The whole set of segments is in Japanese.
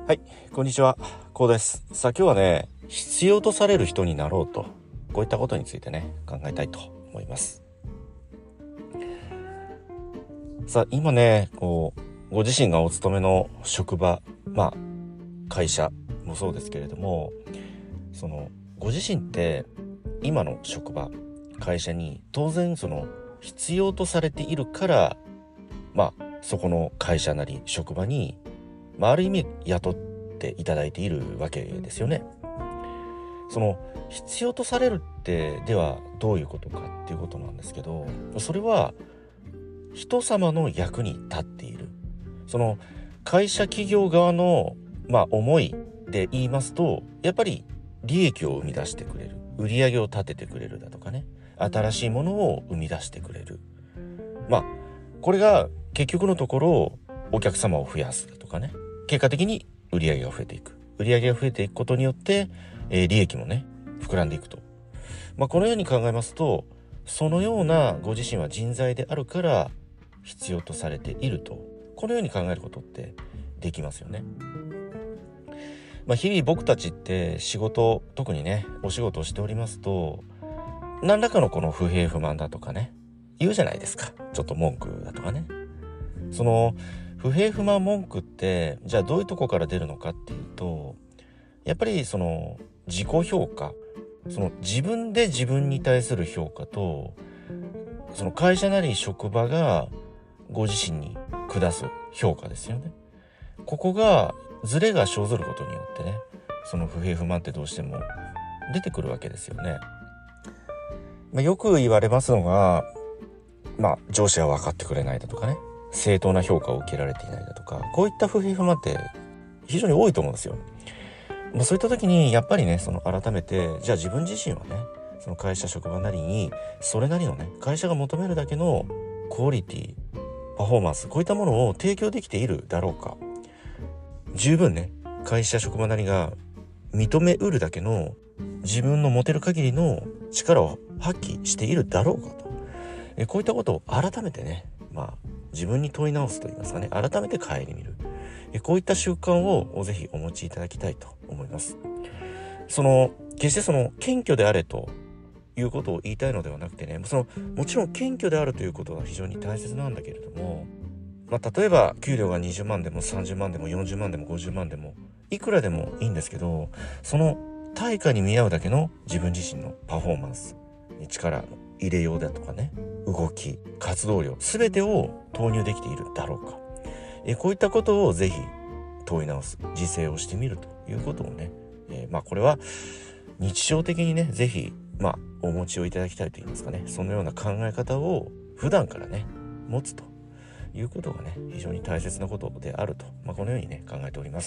はい、こんにちは、こうです。さあ今日はね、必要とされる人になろうと、こういったことについてね、考えたいと思います。さあ今ね、ご自身がお勤めの職場、会社もそうですけれども、ご自身って今の職場、会社に当然必要とされているから、そこの会社なり職場に、ある意味雇っていただいているわけですよね。必要とされるってではどういうことかっていうことなんですけど、それは人様の役に立っている、会社企業側の思いで言いますと、やっぱり利益を生み出してくれる、売り上げを立ててくれるだとかね、新しいものを生み出してくれる、これが結局のところお客様を増やすだとかね、結果的に売り上げが増えていく、売り上げが増えていくことによって、利益もね膨らんでいくと、このように考えますと、そのようなご自身は人材であるから必要とされていると、このように考えることってできますよね。日々僕たちって仕事、特にねお仕事をしておりますと、何らかのこの不平不満だとかね言うじゃないですか。ちょっと文句だとかね。その不平不満文句ってじゃあどういうとこから出るのかっていうと、やっぱり自己評価、自分で自分に対する評価と、会社なり職場がご自身に下す評価ですよね。ここがズレが生ずることによってね、その不平不満ってどうしても出てくるわけですよね。よく言われますのが、上司は分かってくれないだとかね、正当な評価を受けられていないだとか、こういった不平不満って非常に多いと思うんですよ。そういった時にやっぱりね、改めてじゃあ自分自身はね、その会社職場なりにそれなりのね、会社が求めるだけのクオリティ、パフォーマンス、こういったものを提供できているだろうか、十分ね会社職場なりが認めうるだけの自分の持てる限りの力を発揮しているだろうかと、こういったことを改めてね、自分に問い直すといいますかね、改めて顧みる、こういった習慣をぜひお持ちいただきたいと思います。決して謙虚であれということを言いたいのではなくてね、もちろん謙虚であるということは非常に大切なんだけれども、例えば給料が20万でも30万でも40万でも50万でもいくらでもいいんですけど、その対価に見合うだけの自分自身のパフォーマンスに力の入れようだとかね、動き、活動量、全てを投入できているだろうか、こういったことをぜひ問い直す、自制をしてみるということをね、これは日常的にねぜひお持ちをいただきたいと言いますかね、そのような考え方を普段からね持つということがね非常に大切なことであると、このようにね考えております。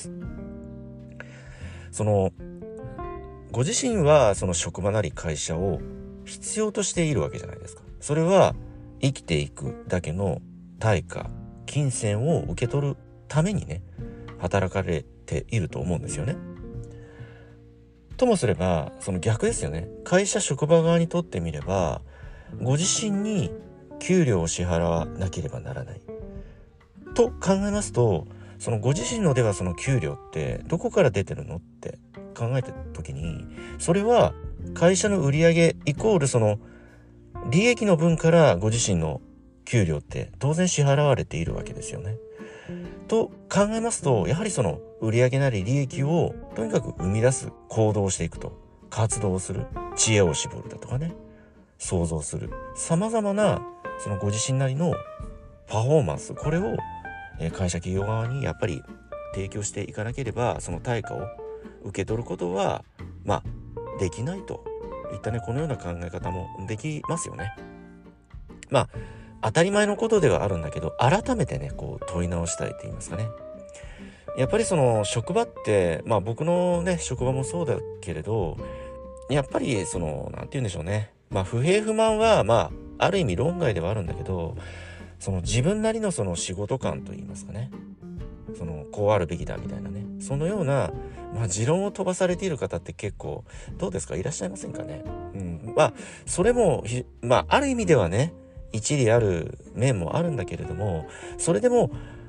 ご自身はその職場なり会社を必要としているわけじゃないですか。それは生きていくだけの対価、金銭を受け取るためにね働かれていると思うんですよね。ともすればその逆ですよね。会社職場側にとってみれば、ご自身に給料を支払わなければならないと考えますと、そのご自身のではその給料ってどこから出てるのって考えた時に、それは会社の売上イコールその利益の分からご自身の給料って当然支払われているわけですよね。と考えますと、やはりその売上なり利益をとにかく生み出す行動をしていくと、活動をする、知恵を絞るだとかね、想像する、様々なそのご自身なりのパフォーマンス、これを会社企業側にやっぱり提供していかなければ、その対価を受け取ることはできないといったね、このような考え方もできますよね。当たり前のことではあるんだけど、改めてね問い直したいと言いますかね。やっぱりその職場って僕のね職場もそうだけれど、やっぱりなんて言うんでしょうね、不平不満はある意味論外ではあるんだけど、その自分なりのその仕事感と言いますかね、こうあるべきだみたいなね、そのような持論を飛ばされている方って結構どうですか、いらっしゃいませんかね。それもある意味ではね一理ある面もあるんだけれども、それでも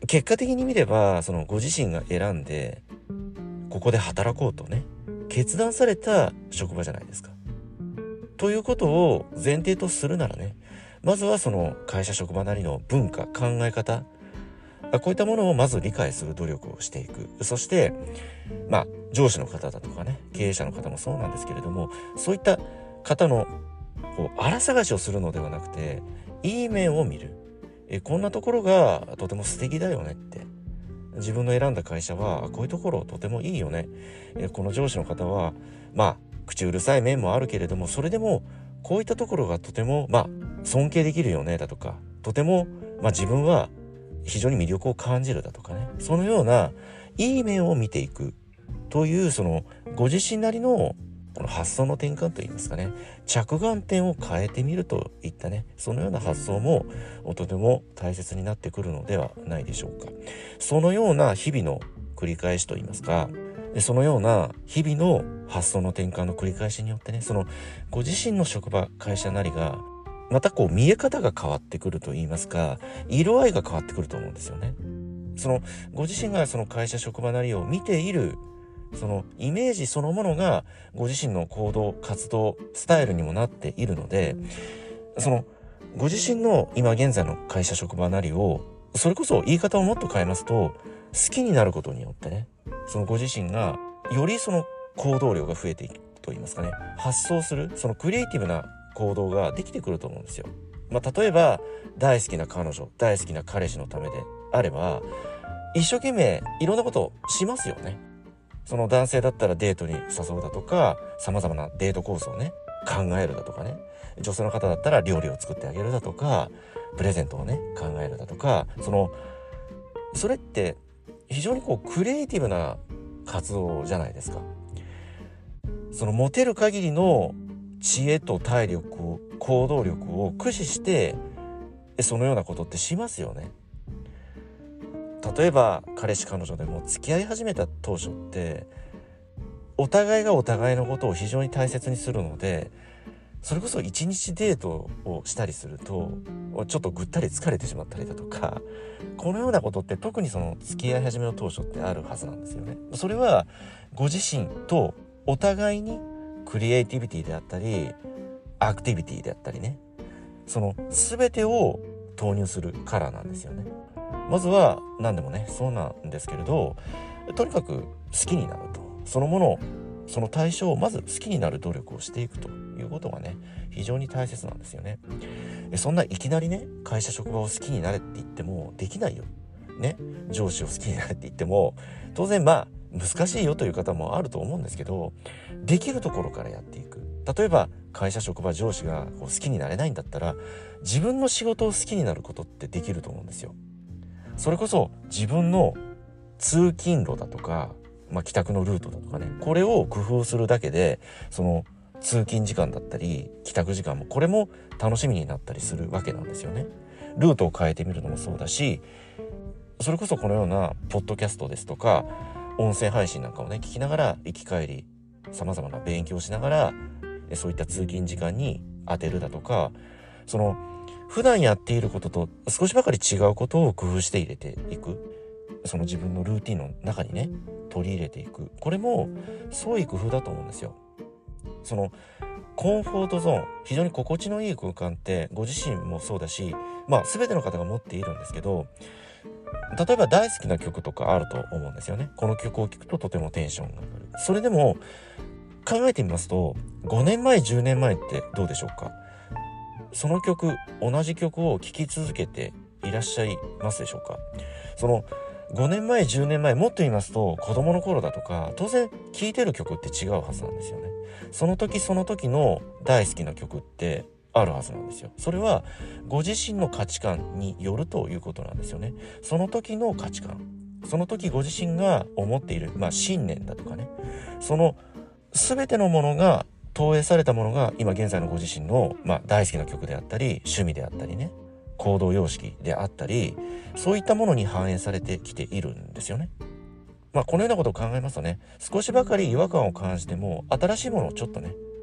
結果的に見ればそのご自身が選んでここで働こうとね決断された職場じゃないですか。ということを前提とするならね、まずはその会社職場なりの文化考え方、こういったものをまず理解する努力をしていく。そして上司の方だとかね経営者の方もそうなんですけれども、そういった方の荒探しをするのではなくていい面を見る。こんなところがとても素敵だよねって、自分の選んだ会社はこういうところとてもいいよね、この上司の方は口うるさい面もあるけれども、それでもこういったところがとても尊敬できるよねだとか、とても自分は非常に魅力を感じるだとかね、そのようないい面を見ていくという、そのご自身なりのこの発想の転換といいますかね、着眼点を変えてみるといったね、そのような発想もとても大切になってくるのではないでしょうか。そのような日々の繰り返しといいますか、そのような日々の発想の転換の繰り返しによってね、そのご自身の職場会社なりがまた見え方が変わってくるといいますか、色合いが変わってくると思うんですよね。そのご自身がその会社職場なりを見ているそのイメージそのものがご自身の行動活動スタイルにもなっているので、そのご自身の今現在の会社職場なりを、それこそ言い方をもっと変えますと、好きになることによってね、そのご自身がよりその行動量が増えていくと言いますかね、発想するそのクリエイティブな行動ができてくると思うんですよ。例えば大好きな彼女大好きな彼氏のためであれば一生懸命いろんなことをしますよね。その男性だったらデートに誘うだとか、様々なデートコースをね考えるだとかね、女性の方だったら料理を作ってあげるだとか、プレゼントをね考えるだとか、それって非常にクリエイティブな活動じゃないですか。その持てる限りの知恵と体力行動力を駆使してそのようなことってしますよね。例えば彼氏彼女でも付き合い始めた当初ってお互いがお互いのことを非常に大切にするので、それこそ一日デートをしたりするとちょっとぐったり疲れてしまったりだとか、このようなことって特にその付き合い始めの当初ってあるはずなんですよね。それはご自身とお互いにクリエイティビティであったりアクティビティであったりね、その全てを投入するからなんですよね。まずは何でもねそうなんですけれど、とにかく好きになると、そのものその対象をまず好きになる努力をしていくということがね非常に大切なんですよね。そんないきなりね会社職場を好きになれって言ってもできないよね。上司を好きになれって言っても当然難しいよという方もあると思うんですけど、できるところからやっていく。例えば会社職場上司が好きになれないんだったら自分の仕事を好きになることってできると思うんですよ。それこそ自分の通勤路だとか、帰宅のルートだとかね、これを工夫するだけでその通勤時間だったり帰宅時間もこれも楽しみになったりするわけなんですよね。ルートを変えてみるのもそうだし、それこそこのようなポッドキャストですとか音声配信なんかをね聞きながら行き帰り様々な勉強しながらそういった通勤時間に当てるだとか、その普段やっていることと少しばかり違うことを工夫して入れていく、その自分のルーティンの中にね取り入れていく、これも創意工夫だと思うんですよ。そのコンフォートゾーン、非常に心地のいい空間ってご自身もそうだし、全ての方が持っているんですけど、例えば大好きな曲とかあると思うんですよね。この曲を聴くととてもテンションが上がる。それでも考えてみますと5年前10年前ってどうでしょうか。その曲同じ曲を聴き続けていらっしゃいますでしょうか。その5年前10年前もっと言いますと子供の頃だとか当然聴いてる曲って違うはずなんですよね。その時その時の大好きな曲ってあるはずなんですよ。それはご自身の価値観によるということなんですよね。その時の価値観、その時ご自身が思っている、信念だとかね、その全てのものが投影されたものが今現在のご自身の、大好きな曲であったり趣味であったりね、行動様式であったり、そういったものに反映されてきているんですよね。このようなことを考えますとね、少しばかり違和感を感じても新しいものをちょっとね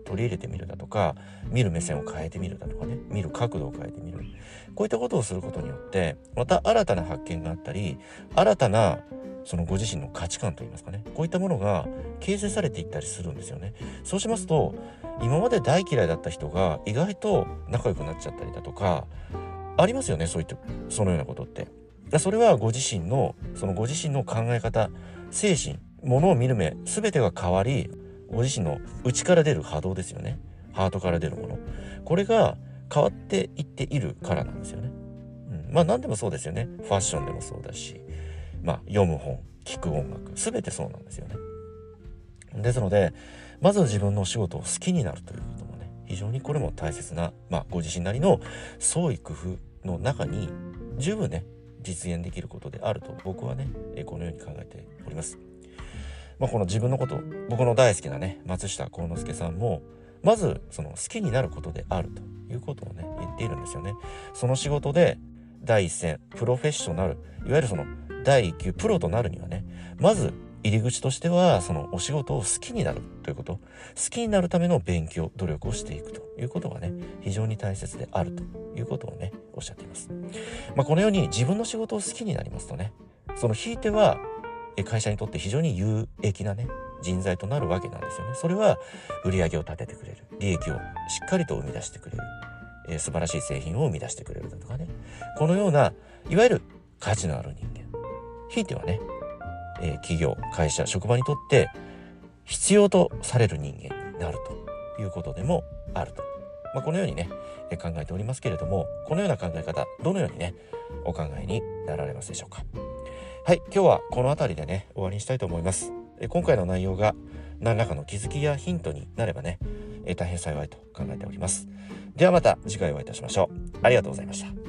取り入れてみるだとか、見る目線を変えてみるだとかね、見る角度を変えてみる、こういったことをすることによってまた新たな発見があったり、新たなそのご自身の価値観といいますかね、こういったものが形成されていったりするんですよね。そうしますと今まで大嫌いだった人が意外と仲良くなっちゃったりだとかありますよね。そのようなことって。それはご自身の考え方、精神、ものを見る目全てが変わり、ご自身の内から出る波動ですよね。ハートから出るもの、これが変わっていっているからなんですよね。何でもそうですよね。ファッションでもそうだし、読む本、聞く音楽、全てそうなんですよね。ですのでまず自分の仕事を好きになるということもね、非常にこれも大切な、ご自身なりの創意工夫の中に十分ね実現できることであると僕はねこのように考えております。この自分のこと、僕の大好きなね松下幸之助さんもまずその好きになることであるということをね言っているんですよね。その仕事で第一線プロフェッショナル、いわゆるその第一級プロとなるにはね、まず入り口としてはそのお仕事を好きになるということ、好きになるための勉強努力をしていくということがね非常に大切であるということをねおっしゃっています。このように自分の仕事を好きになりますとね、そのひいては会社にとって非常に有益なね人材となるわけなんですよね。それは売り上げを立ててくれる、利益をしっかりと生み出してくれる、素晴らしい製品を生み出してくれるだとかね、このようないわゆる価値のある人間、ひいてはね、企業、会社、職場にとって必要とされる人間になるということでもあると、このようにね考えておりますけれども、このような考え方どのようにねお考えになられますでしょうか。はい、今日はこの辺りでね終わりにしたいと思います。今回の内容が何らかの気づきやヒントになればね、大変幸いと考えております。ではまた次回お会いいたしましょう。ありがとうございました。